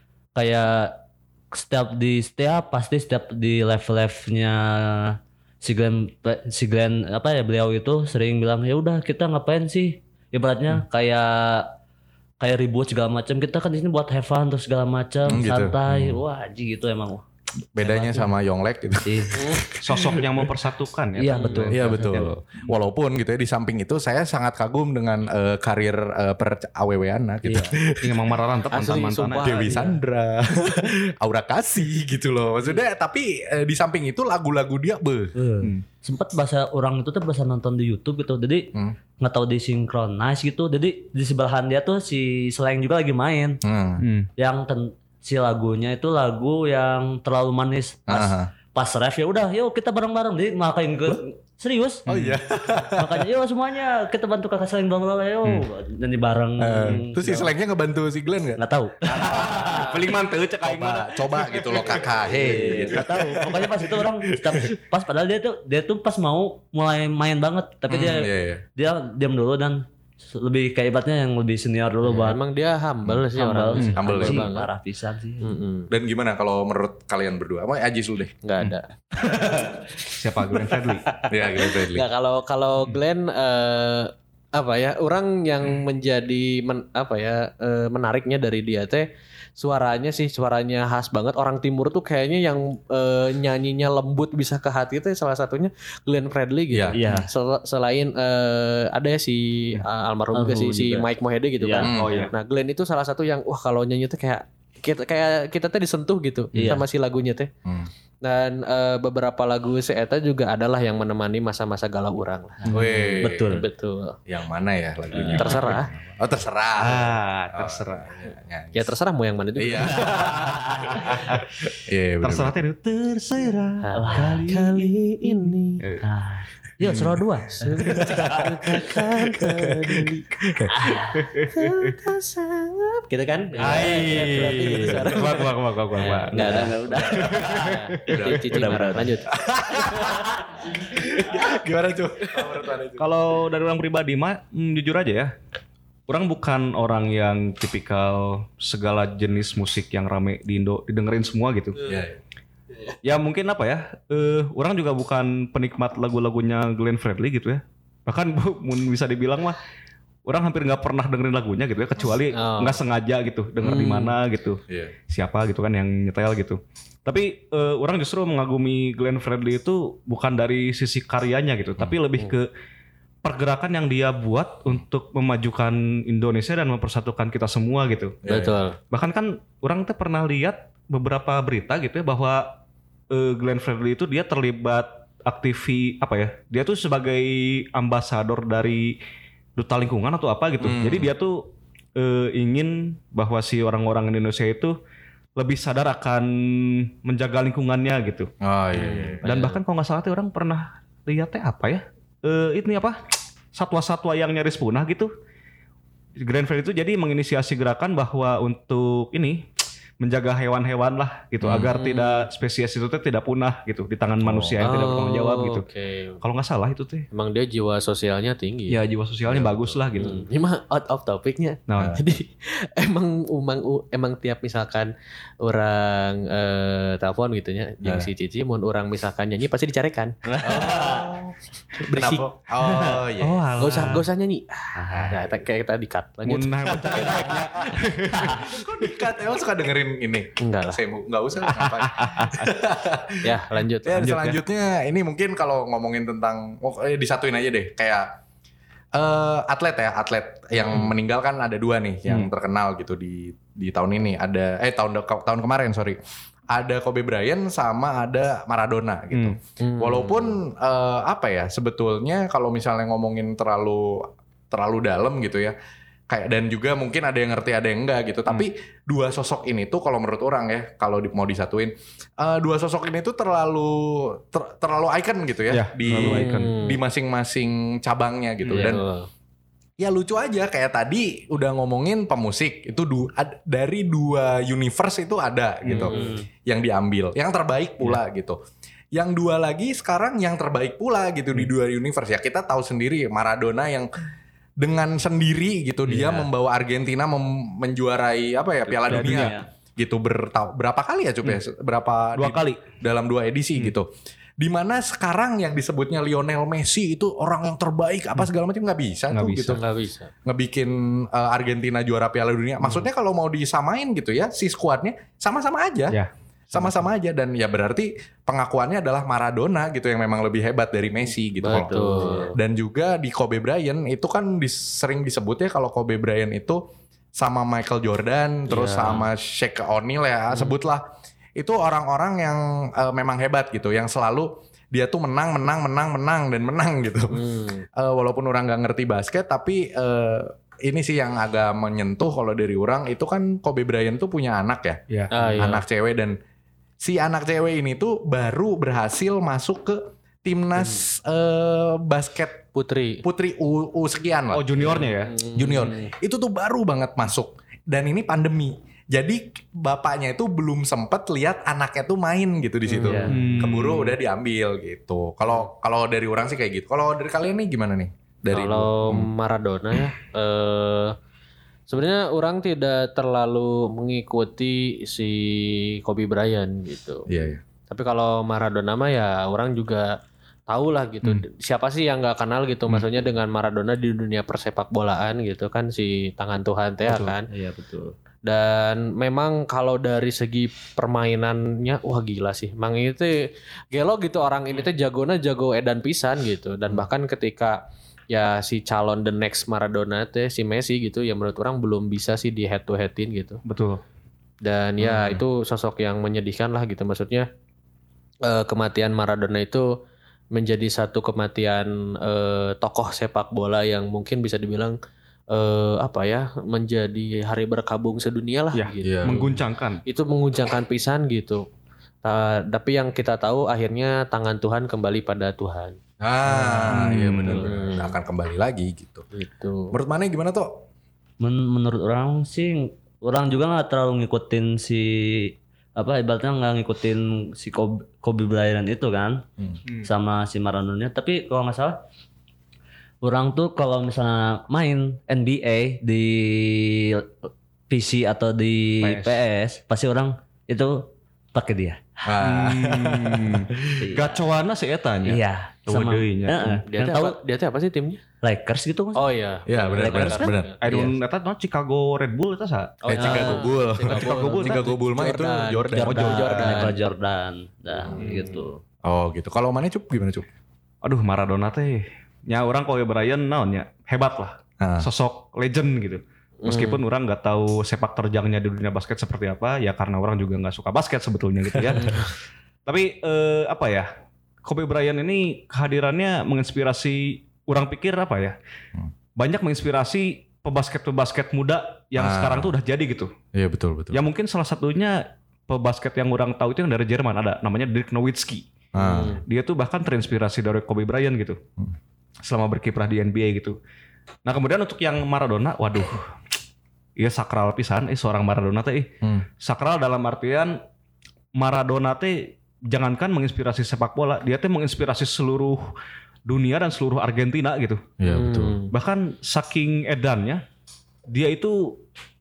kayak setiap di setiap pasti setiap di level-levelnya si Glenn si Glenn apa ya beliau itu sering bilang ya udah kita ngapain sih ibaratnya hmm. kayak kayak ribut segala macam, kita kan di sini buat have fun terus segala macam hmm, santai gitu. Wah anjing gitu emang bedanya hebat sama Yonglek gitu. Sosok yang mempersatukan ya. Iya betul. Iya betul. Walaupun gitu ya di samping itu saya sangat kagum dengan uh, karir uh, per A W W-an gitu. Iya. Emang mararantep mantan-mantannya. Dewi Sandra, Aura Kasih gitu loh. Maksudnya tapi uh, di samping itu lagu-lagu dia be. Hmm. Sempat bahasa orang itu tuh bahasa nonton di YouTube gitu. Jadi hmm. nggak tahu disinkronize gitu. Jadi di sebelahan dia tuh si Slang juga lagi main. Hmm. Yang ten- si lagunya itu lagu yang terlalu manis pas uh-huh. pas ref ya udah yuk kita bareng-bareng jadi makain ke serius oh iya makanya yuk semuanya kita bantu kakak Slang bang bang yuk hmm. dan bareng uh, terus si Slangnya ngebantu si Glenn nggak nggak tahu Paling manteu cek aing coba, mah. coba gitu loh kakak. Hei, gitu. Gak tahu. Pokoknya pas itu orang pas padahal dia tuh dia tuh pas mau mulai main banget, tapi dia Hmm, iya, iya. dia diam dulu dan lebih kayak ibaratnya yang lebih senior dulu buat Emang dia humble sih humble. orang. Hmm, humble Anjing, banget. parah pisan sih. Mm-mm. Dan gimana kalau menurut kalian berdua? Mau Ajis dulu deh. Nggak ada. Siapa Glenn Fredly? Ya, Glenn Fredly. Nggak kalau kalau Glenn eh, apa ya orang yang menjadi men- apa ya eh, menariknya dari dia teh suaranya sih suaranya khas banget orang timur tuh kayaknya yang eh, nyanyinya lembut bisa ke hati itu salah satunya Glenn Fredly gitu. Iya. Iya. Sel- selain eh, ada ya si uh, almarhum juga si, Almarhum si juga. Mike Mohede gitu Iya. kan. Oh iya. Nah Glenn itu salah satu yang wah kalau nyanyi tuh kayak kita kayak kita teh disentuh gitu Iya. sama si lagunya teh. Hmm. Dan eh, beberapa lagu si Eta juga adalah yang menemani masa-masa galau orang lah. Weh, Betul. Betul. Yang mana ya lagunya? Terserah. Oh terserah. Ah, terserah. Ya, Ya terserah mau yang mana juga. Iya. Iya. bener-bener. Terserah teh terserah. Ah, kali ini Nah, yuk Solo dua. takkan peduli. Tak sanggup. Gitu kan? Ai. Kuat kuat kuat kuat kuat. Enggak ada, enggak udah. Udah, Cici udah, marah. udah. Lanjut. Gimana tuh? Menurut Anda itu? Kalau dari orang pribadi mah hmm, jujur aja ya. Orang bukan orang yang tipikal segala jenis musik yang rame di Indo didengerin semua gitu. Iya. Ya mungkin apa ya? Eh, orang juga bukan penikmat lagu-lagunya Glenn Fredly gitu ya. Bahkan bu- mun bisa dibilang mah orang hampir nggak pernah dengerin lagunya gitu ya, kecuali Oh. nggak sengaja gitu denger di mana gitu. Iya. Siapa gitu kan yang nyetel gitu. Tapi eh, orang justru mengagumi Glenn Fredly itu bukan dari sisi karyanya gitu, tapi lebih ke pergerakan yang dia buat untuk memajukan Indonesia dan mempersatukan kita semua gitu. Betul. Bahkan kan orang tuh pernah lihat beberapa berita gitu ya bahwa eh, Glenn Fredly itu dia terlibat aktivi apa ya? Dia tuh sebagai ambasador dari duta lingkungan atau apa gitu. Hmm. Jadi dia tuh eh, ingin bahwa si orang-orang Indonesia itu lebih sadar akan menjaga lingkungannya gitu. Oh iya. iya. Dan bahkan kalau nggak salah tuh orang pernah lihat teh apa ya? Eh ini apa? Satwa-satwa yang nyaris punah gitu. Glenn Fredly itu jadi menginisiasi gerakan bahwa untuk ini menjaga hewan-hewan lah gitu Hmm. agar tidak spesies itu teh tidak punah gitu di tangan manusia yang tidak bertanggung jawab gitu. Oke. Kalau nggak salah itu teh. Emang dia jiwa sosialnya tinggi. Ya jiwa sosialnya bagus lah gitu. Hmm. Ini mah out of topicnya. Nah, Jadi emang emang emang tiap misalkan orang eh, telepon gitu nya, yang Nah. si Cici mau orang misalkan nyanyi pasti dicarikan. Berisik. Kenapa? Oh iya. oh, Gak usah, gak usah nyanyi. Ah, nah, kita- kayak kita di-cut. Lanjut. Mun hayang mencari baiknya. Kok dikat? Emang suka dengerin ini? Enggak lah. Saya mau nggak usah. ngapain. Ya, lanjut. Ya Lanjut, selanjutnya ini mungkin kalau ngomongin tentang oh, eh, disatuin aja deh kayak eh, atlet ya atlet yang meninggal kan ada dua nih yang terkenal gitu di di tahun ini ada eh tahun de- tahun kemarin sorry ada Kobe Bryant sama ada Maradona gitu. Hmm. Walaupun eh, apa ya sebetulnya kalau misalnya ngomongin terlalu terlalu dalam gitu ya kayak dan juga mungkin ada yang ngerti ada yang enggak gitu. Tapi dua sosok ini tuh kalau menurut orang ya kalau di, mau disatuin eh, dua sosok ini tuh terlalu ter- terlalu icon gitu ya, Ya, di terlalu icon. di masing-masing cabangnya gitu. Iya. Dan ya lucu aja kayak tadi udah ngomongin pemusik itu du, ad- dari dua universe itu ada gitu Hmm. yang diambil yang terbaik pula gitu yang dua lagi sekarang yang terbaik pula gitu di dua universe ya kita tahu sendiri Maradona yang dengan sendiri gitu dia Iya. membawa Argentina mem- menjuarai apa ya Piala Piala Dunia, Dunia. gitu berta- berapa kali ya Cup ya berapa Dua di- kali. dalam dua edisi gitu. Dimana sekarang yang disebutnya Lionel Messi itu orang yang terbaik apa segala macam nggak bisa Nggak tuh bisa. gitu Nggak bisa. ngebikin uh, Argentina juara Piala Dunia. Maksudnya kalau mau disamain gitu ya si skuadnya sama-sama aja. Ya. Sama-sama aja dan ya berarti pengakuannya adalah Maradona gitu yang memang lebih hebat dari Messi gitu. Betul. Dan juga di Kobe Bryant itu kan dis- sering disebut ya kalau Kobe Bryant itu sama Michael Jordan terus Iya. sama Shaq O'Neal ya sebutlah itu orang-orang yang uh, memang hebat gitu yang selalu dia tuh menang menang menang menang dan menang gitu. Hmm. Uh, walaupun orang nggak ngerti basket tapi uh, ini sih yang agak menyentuh kalau dari orang itu kan Kobe Bryant tuh punya anak ya. Ya. Ah, iya. Anak cewek dan si anak cewek ini tuh baru berhasil masuk ke timnas eh, basket Putri. putri U, U sekian lah Oh juniornya ya. junior itu tuh baru banget masuk dan ini pandemi Jadi bapaknya itu belum sempet lihat anaknya tuh main gitu di situ. Iya. Hmm. Keburu udah diambil gitu. Kalau kalau dari orang sih kayak gitu. Kalau dari kalian nih gimana nih? Dari Kalau Hmm. Maradona ya, eh sebenarnya orang tidak terlalu mengikuti si Kobe Bryant gitu. Iya, iya. Tapi kalau Maradona mah ya orang juga tahu lah gitu. Hmm. Siapa sih yang nggak kenal gitu? Maksudnya dengan Maradona di dunia persepak bolaan gitu kan si tangan Tuhan teh Betul. kan. Iya betul. Dan memang kalau dari segi permainannya wah gila sih. Mang itu gelo gitu orang ini teh jagona jago edan pisan gitu. Dan bahkan ketika ya si calon the next Maradona teh si Messi gitu ya menurut orang belum bisa sih di head to headin gitu. Betul. Dan ya Hmm. itu sosok yang menyedihkan lah gitu. Maksudnya eh, kematian Maradona itu menjadi satu kematian eh, tokoh sepak bola yang mungkin bisa dibilang eh, apa ya menjadi hari berkabung sedunia lah Ya, gitu. Iya. Mengguncangkan. Itu menguncangkan pisan gitu. Ta- tapi yang kita tahu akhirnya tangan Tuhan kembali pada Tuhan. Ah, Hmm. iya benar. Hmm. Akan kembali lagi gitu. Gitu. Menurut mana gimana tuh? Men- menurut orang sih, orang juga nggak terlalu ngikutin si apa ibaratnya nggak ngikutin si Kobe, Kobe Bryant itu kan Hmm. sama si Maradona. Tapi kalau nggak salah, orang tuh kalau misalnya main N B A di P C atau di P S. P S, pasti orang itu pakai dia. Ah. Hmm. Gacoana sih etanya. Iya, sama. Deui nya. Heeh. Dia Yang teh tahu apa, dia teh apa sih timnya? Lakers gitu kan? Oh iya. Iya benar benar Lakers kan? benar. I don't eta no Chicago Red Bull eta sa. Oh, Eh, iya. Chicago Bull. Chicago Bull. Chicago Bull mah itu Jordan. Jordan. Jordan, Oh, Jordan. Michael Jordan, dah gitu. Oh gitu. Kalau mana Cup gimana Cup? Aduh Maradona teh. Nya orang Kobe Bryant naon nya hebat lah. Ah. Sosok legend gitu. Meskipun orang nggak tahu sepak terjangnya di dunia basket seperti apa, ya karena orang juga nggak suka basket sebetulnya gitu ya. Tapi eh, apa ya, Kobe Bryant ini kehadirannya menginspirasi, orang pikir apa ya, Hmm. banyak menginspirasi pebasket-pebasket muda yang Ah. sekarang tuh udah jadi gitu. Iya betul betul. Ya mungkin salah satunya pebasket yang orang tahu itu yang dari Jerman ada, namanya Dirk Nowitzki. Ah. Dia tuh bahkan terinspirasi dari Kobe Bryant gitu. Hmm. Selama berkiprah di N B A gitu. Nah kemudian untuk yang Maradona, waduh. Iya sakral pisan, eh seorang Maradona teh. Eh. Hmm. Sakral dalam artian Maradona teh jangankan menginspirasi sepak bola, dia teh menginspirasi seluruh dunia dan seluruh Argentina gitu. Iya betul. Hmm. Bahkan saking edannya, dia itu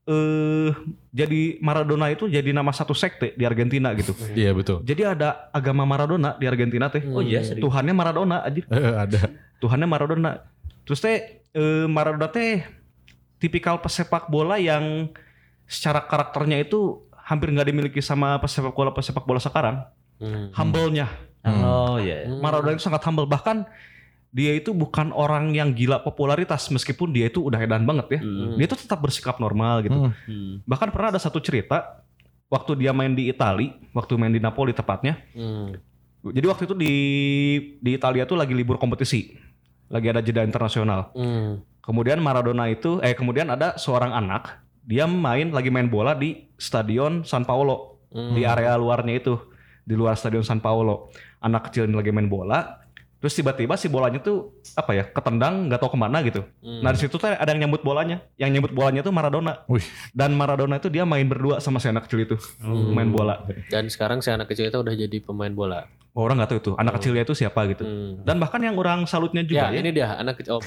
eh jadi Maradona itu jadi nama satu sekte di Argentina gitu. Iya betul. Jadi ada agama Maradona di Argentina teh. Oh iya, serius. Tuhannya Maradona aja. Eh, ada. Tuhannya Maradona. Terus teh eh, Maradona teh tipikal pesepak bola yang secara karakternya itu hampir nggak dimiliki sama pesepak bola pesepak bola sekarang. Hmm. Humble-nya. Hmm. Oh iya. Hmm. Maradona itu sangat humble. Bahkan dia itu bukan orang yang gila popularitas meskipun dia itu udah edan banget ya. Hmm. Dia itu tetap bersikap normal gitu. Hmm. Hmm. Bahkan pernah ada satu cerita waktu dia main di Itali, waktu main di Napoli tepatnya. Hmm. Jadi waktu itu di di Italia tuh lagi libur kompetisi. Lagi ada jeda internasional. Hmm. Kemudian Maradona itu eh kemudian ada seorang anak, dia main lagi main bola di Stadion San Paolo, Hmm. di area luarnya itu, di luar Stadion San Paolo. Anak kecil ini lagi main bola, terus tiba-tiba si bolanya tuh apa ya, ketendang nggak tahu kemana gitu. Hmm. Nah di situ tuh ada yang nyambut bolanya, yang nyambut bolanya tuh Maradona. Wih. Dan Maradona itu dia main berdua sama si anak kecil itu, Hmm. main bola. Dan sekarang si anak kecil itu udah jadi pemain bola. Oh, orang nggak tahu itu anak kecilnya itu siapa gitu. Hmm. Dan bahkan yang orang salutnya juga Ya, ya, ini dia anak kecil. Oh.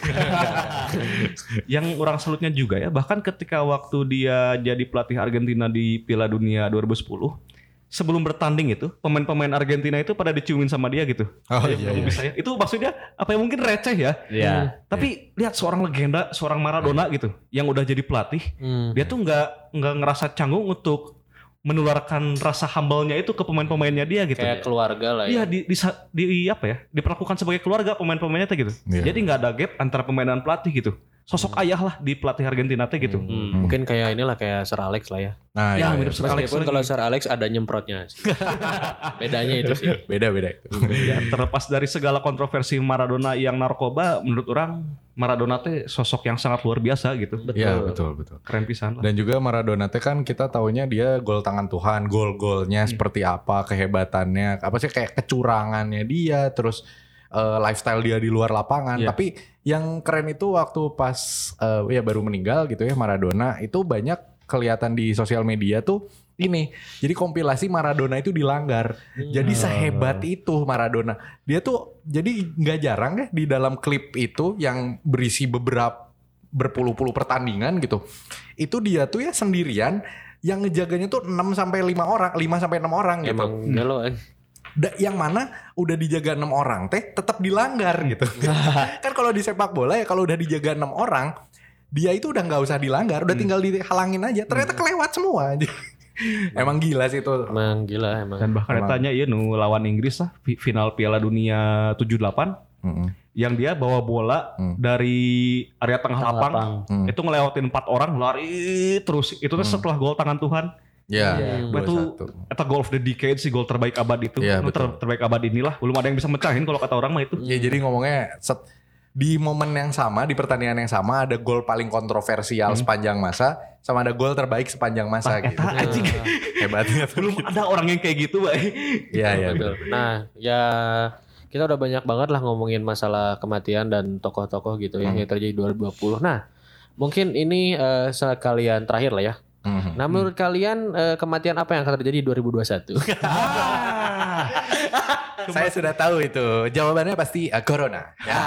yang orang salutnya juga ya, bahkan ketika waktu dia jadi pelatih Argentina di Piala Dunia dua ribu sepuluh, sebelum bertanding itu pemain-pemain Argentina itu pada diciumin sama dia gitu. Oh Ya, iya. kamu iya. bisa ya. Itu maksudnya apa yang mungkin receh ya. Iya. Tapi lihat seorang legenda, seorang Maradona gitu, yang udah jadi pelatih, Hmm. dia tuh nggak nggak ngerasa canggung untuk menularkan rasa humble-nya itu ke pemain-pemainnya dia gitu. Kayak keluarga lah Iya ya. di, di, di apa ya diperlakukan sebagai keluarga pemain-pemainnya teh gitu. Iya. Jadi nggak ada gap antara pemain dan pelatih gitu. Sosok ayah lah di pelatih Argentina teh gitu. Hmm. Mungkin kayak inilah kayak Sir Alex lah ya. Nah, Ya, iya, mirip iya. Sir Alex Meskipun lagi. kalau Sir Alex ada nyemprotnya sih. Bedanya itu sih. Beda-beda itu. Ya, terlepas dari segala kontroversi Maradona yang narkoba, menurut orang Maradona teh sosok yang sangat luar biasa gitu. Iya betul betul. Keren pisan lah. Dan juga Maradona teh kan kita taunya dia gol tangan Tuhan, gol-golnya seperti apa, kehebatannya, apa sih kayak kecurangannya dia, terus eh, lifestyle dia di luar lapangan. Iya. Tapi yang keren itu waktu pas eh, ya baru meninggal gitu ya Maradona itu banyak kelihatan di sosial media tuh ini. Jadi kompilasi Maradona itu dilanggar. Jadi sehebat itu Maradona. Dia tuh jadi nggak jarang ya di dalam klip itu yang berisi beberapa berpuluh-puluh pertandingan gitu. Itu dia tuh ya sendirian yang ngejaganya tuh enam sampai lima orang, lima sampai enam orang gitu. Emang gelo eh. Da, yang mana udah dijaga enam orang teh tetap dilanggar gitu. Kan kalau di sepak bola ya kalau udah dijaga enam orang, dia itu udah nggak usah dilanggar, udah tinggal dihalangin aja. Ternyata kelewat semua. Emang gila sih itu. Emang gila emang. Dan bahkan ditanya ya nu lawan Inggris lah final Piala Dunia tujuh puluh delapan. Mm-hmm. Yang dia bawa bola mm. dari area tengah lapang, lapang. Mm. Itu ngelewatin empat orang lari terus. Itu tuh mm. setelah gol tangan Tuhan. Ya, yeah. Itu itu goal of the decade sih, gol terbaik abad itu. Ya, ter, terbaik abad inilah. Belum ada yang bisa mecahin kalau kata orang mah itu. Ya jadi ngomongnya set, di momen yang sama, di pertandingan yang sama ada gol paling kontroversial hmm. sepanjang masa sama ada gol terbaik sepanjang masa. Pak, gitu. Anjing. Hebatnya. Belum gitu. Ada orang yang kayak gitu, Pak. Iya, iya. Nah, ya kita udah banyak banget lah ngomongin masalah kematian dan tokoh-tokoh gitu hmm. yang terjadi dua ribu dua puluh. Nah, mungkin ini uh, sekalian terakhir lah ya. Mm-hmm. Nah menurut mm. kalian uh, kematian apa yang akan terjadi dua ribu dua puluh satu? Saya sudah tahu itu. Jawabannya pasti uh, corona. Ya.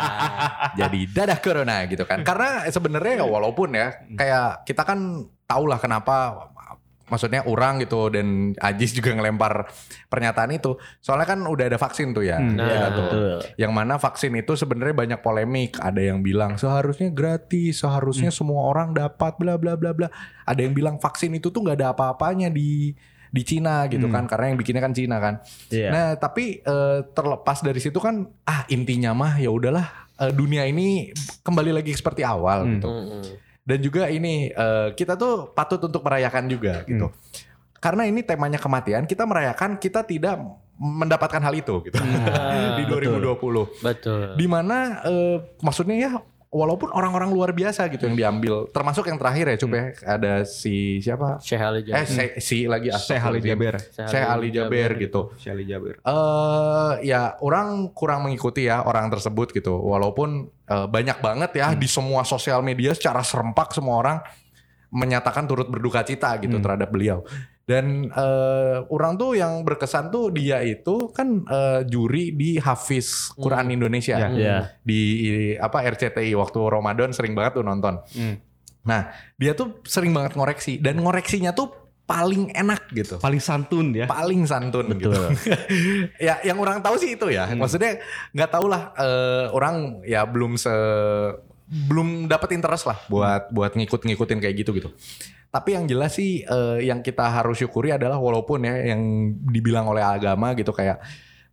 Jadi dadah corona gitu kan. Karena sebenarnya walaupun ya kayak kita kan tahulah kenapa, maksudnya orang gitu dan Ajis juga ngelempar pernyataan itu. Soalnya kan udah ada vaksin tuh ya. Nah, ya tuh. betul. Yang mana vaksin itu sebenarnya banyak polemik. Ada yang bilang seharusnya gratis, seharusnya hmm. semua orang dapat bla bla bla bla. Ada yang bilang vaksin itu tuh nggak ada apa-apanya di di Cina gitu hmm. kan, karena yang bikinnya kan Cina kan. Yeah. Nah, tapi uh, terlepas dari situ kan ah intinya mah ya udahlah, uh, dunia ini kembali lagi seperti awal hmm. gitu. Hmm. Dan juga ini uh, kita tuh patut untuk merayakan juga gitu. Hmm. Karena ini temanya kematian, kita merayakan kita tidak mendapatkan hal itu gitu. Nah, di dua ribu dua puluh. Betul. Dimana uh, maksudnya ya walaupun orang-orang luar biasa gitu yang diambil, termasuk yang terakhir ya Cup ya, ada si siapa? Syekh Ali Jaber. Eh si, si lagi Syekh Ali Jaber. Syekh Ali Jaber gitu. Syekh Ali Jaber. Eh uh, ya orang kurang mengikuti ya orang tersebut gitu. Walaupun uh, banyak banget ya hmm. di semua sosial media secara serempak semua orang menyatakan turut berduka cita gitu hmm. terhadap beliau. Dan uh, orang tuh yang berkesan tuh dia itu kan uh, juri di Hafiz Quran hmm. Indonesia yeah. Yeah. di apa R C T I waktu Ramadan sering banget tuh nonton. Hmm. Nah dia tuh sering banget ngoreksi dan ngoreksinya tuh paling enak gitu, paling santun ya, paling santun. Betul. Gitu. Ya yang orang tahu sih itu ya, hmm. maksudnya nggak tahu lah uh, orang ya belum se belum dapat interest lah buat buat ngikut-ngikutin kayak gitu gitu. Tapi yang jelas sih uh, yang kita harus syukuri adalah walaupun ya yang dibilang oleh agama gitu kayak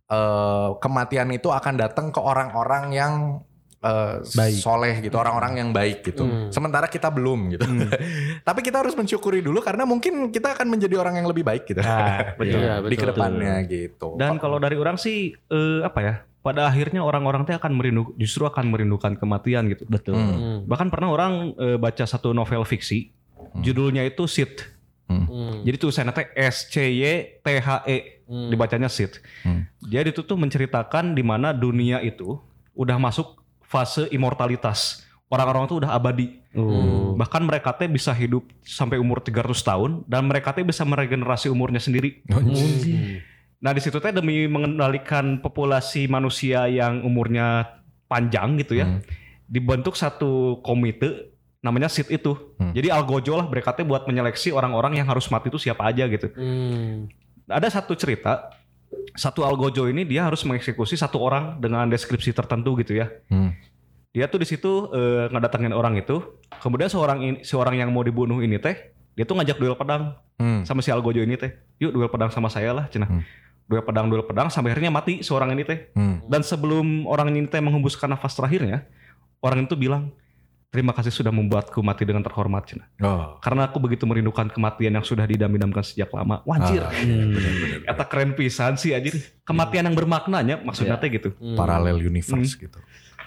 uh, kematian itu akan datang ke orang-orang yang uh, soleh gitu, orang-orang yang baik gitu. Hmm. Sementara kita belum gitu. Hmm. Tapi kita harus mensyukuri dulu karena mungkin kita akan menjadi orang yang lebih baik gitu. Nah, betul. Ya, betul. Di kedepannya gitu. Dan kalau dari orang sih uh, apa ya? Pada akhirnya orang-orang teh akan merindu, justru akan merindukan kematian gitu. Betul. Hmm. Bahkan pernah orang uh, baca satu novel fiksi. Hmm. Judulnya itu Sid. Hmm. Jadi tulisannya teh S C Y T H E, hmm. dibacanya Sid. Hmm. Jadi itu tuh menceritakan di mana dunia itu udah masuk fase immortalitas. Orang-orang tuh udah abadi. Hmm. Bahkan mereka teh bisa hidup sampai umur tiga ratus tahun dan mereka teh bisa meregenerasi umurnya sendiri. Hmm. Nah di situ teh demi mengendalikan populasi manusia yang umurnya panjang gitu ya, hmm. dibentuk satu komite namanya S I D itu. Hmm. Jadi algojo lah mereka teh buat menyeleksi orang-orang yang harus mati itu siapa aja gitu. Hmm. Ada satu cerita, satu algojo ini dia harus mengeksekusi satu orang dengan deskripsi tertentu gitu ya. Hmm. Dia tuh di situ uh, ngedatengin orang itu, kemudian seorang ini, seorang yang mau dibunuh ini teh, dia tuh ngajak duel pedang hmm. sama si algojo ini teh. Yuk duel pedang sama saya lah, cenah. Hmm. Duel pedang, duel pedang sampai akhirnya mati seorang ini teh. Hmm. Dan sebelum orang ini teh menghembuskan nafas terakhirnya, orang itu bilang, terima kasih sudah membuatku mati dengan terhormat, Cina. Oh. Karena aku begitu merindukan kematian yang sudah didam-damkan sejak lama. Wanjir. Ah, hmm. Eta keren pisan sih anjir. Kematian yang bermaknanya maksudnya teh gitu. Hmm. Parallel universe hmm. gitu.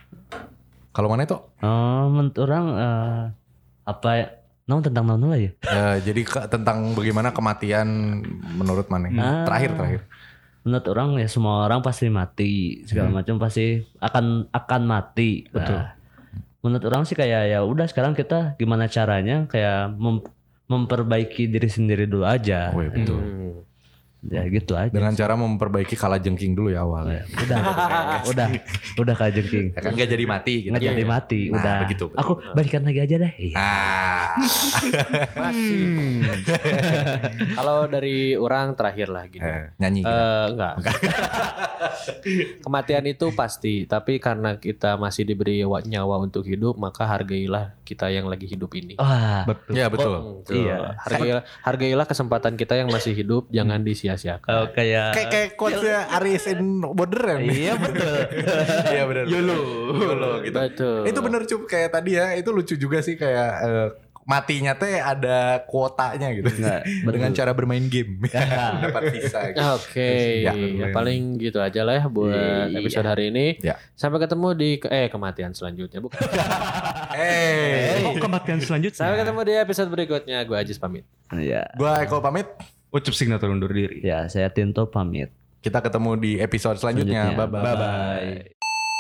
Kalau mana itu? Oh, menurut orang uh, apa ya? Nah, tentang mana lah ya? uh, jadi ke, tentang bagaimana kematian menurut mana? Hmm. Terakhir terakhir. Menurut orang ya semua orang pasti mati, segala hmm. macam pasti akan akan mati. Betul. Nah, menurut orang sih kayak ya udah sekarang kita gimana caranya kayak mem- memperbaiki diri sendiri dulu aja. Wih, betul. Hmm. Ya gitu aja. Dengan cara memperbaiki kalajengking dulu ya awalnya. Udah, udah, udah Kak Jengking. Ya kan nggak jadi mati gitu. Nggak jadi mati, Nah, udah. begitu, betul. Aku balikan lagi aja deh. Iya. Ah. Masih. Kalau dari orang terakhir lah gini. Eh, nyanyi. gitu. Eh, enggak. Kematian itu pasti, tapi karena kita masih diberi wa- nyawa untuk hidup, maka hargailah kita yang lagi hidup ini. Wah, Betul. Ya betul. Betul. Iya. Hargailah, hargailah kesempatan kita yang masih hidup, jangan disia-siakan. oh, kayak Kayak kayak quotes-nya Aries in Border ya. iya betul. Iya benar. YOLO. YOLO gitu. Betul. Itu bener cup kayak tadi ya, itu lucu juga sih kayak eh, matinya teh ada kuotanya gitu. Nggak, betul. Dengan cara bermain game. Dapat visa gitu. Oke, Ya, ya, paling gitu aja lah ya buat Iya. episode hari ini. Ya. Sampai ketemu di eh kematian selanjutnya, bukan? Eh, Oh, kematian selanjutnya. Sampai ketemu di episode berikutnya. Gue Ajis pamit. Iya. gua Eko pamit. Ucup signatur undur diri. Ya, saya Tinto pamit. Kita ketemu di episode selanjutnya. Selanjutnya. Bye bye. Bye-bye.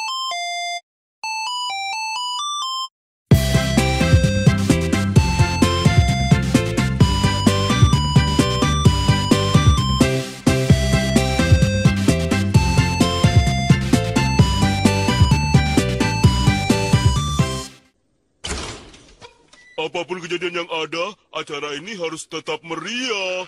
Apapun kejadian yang ada, acara ini harus tetap meriah.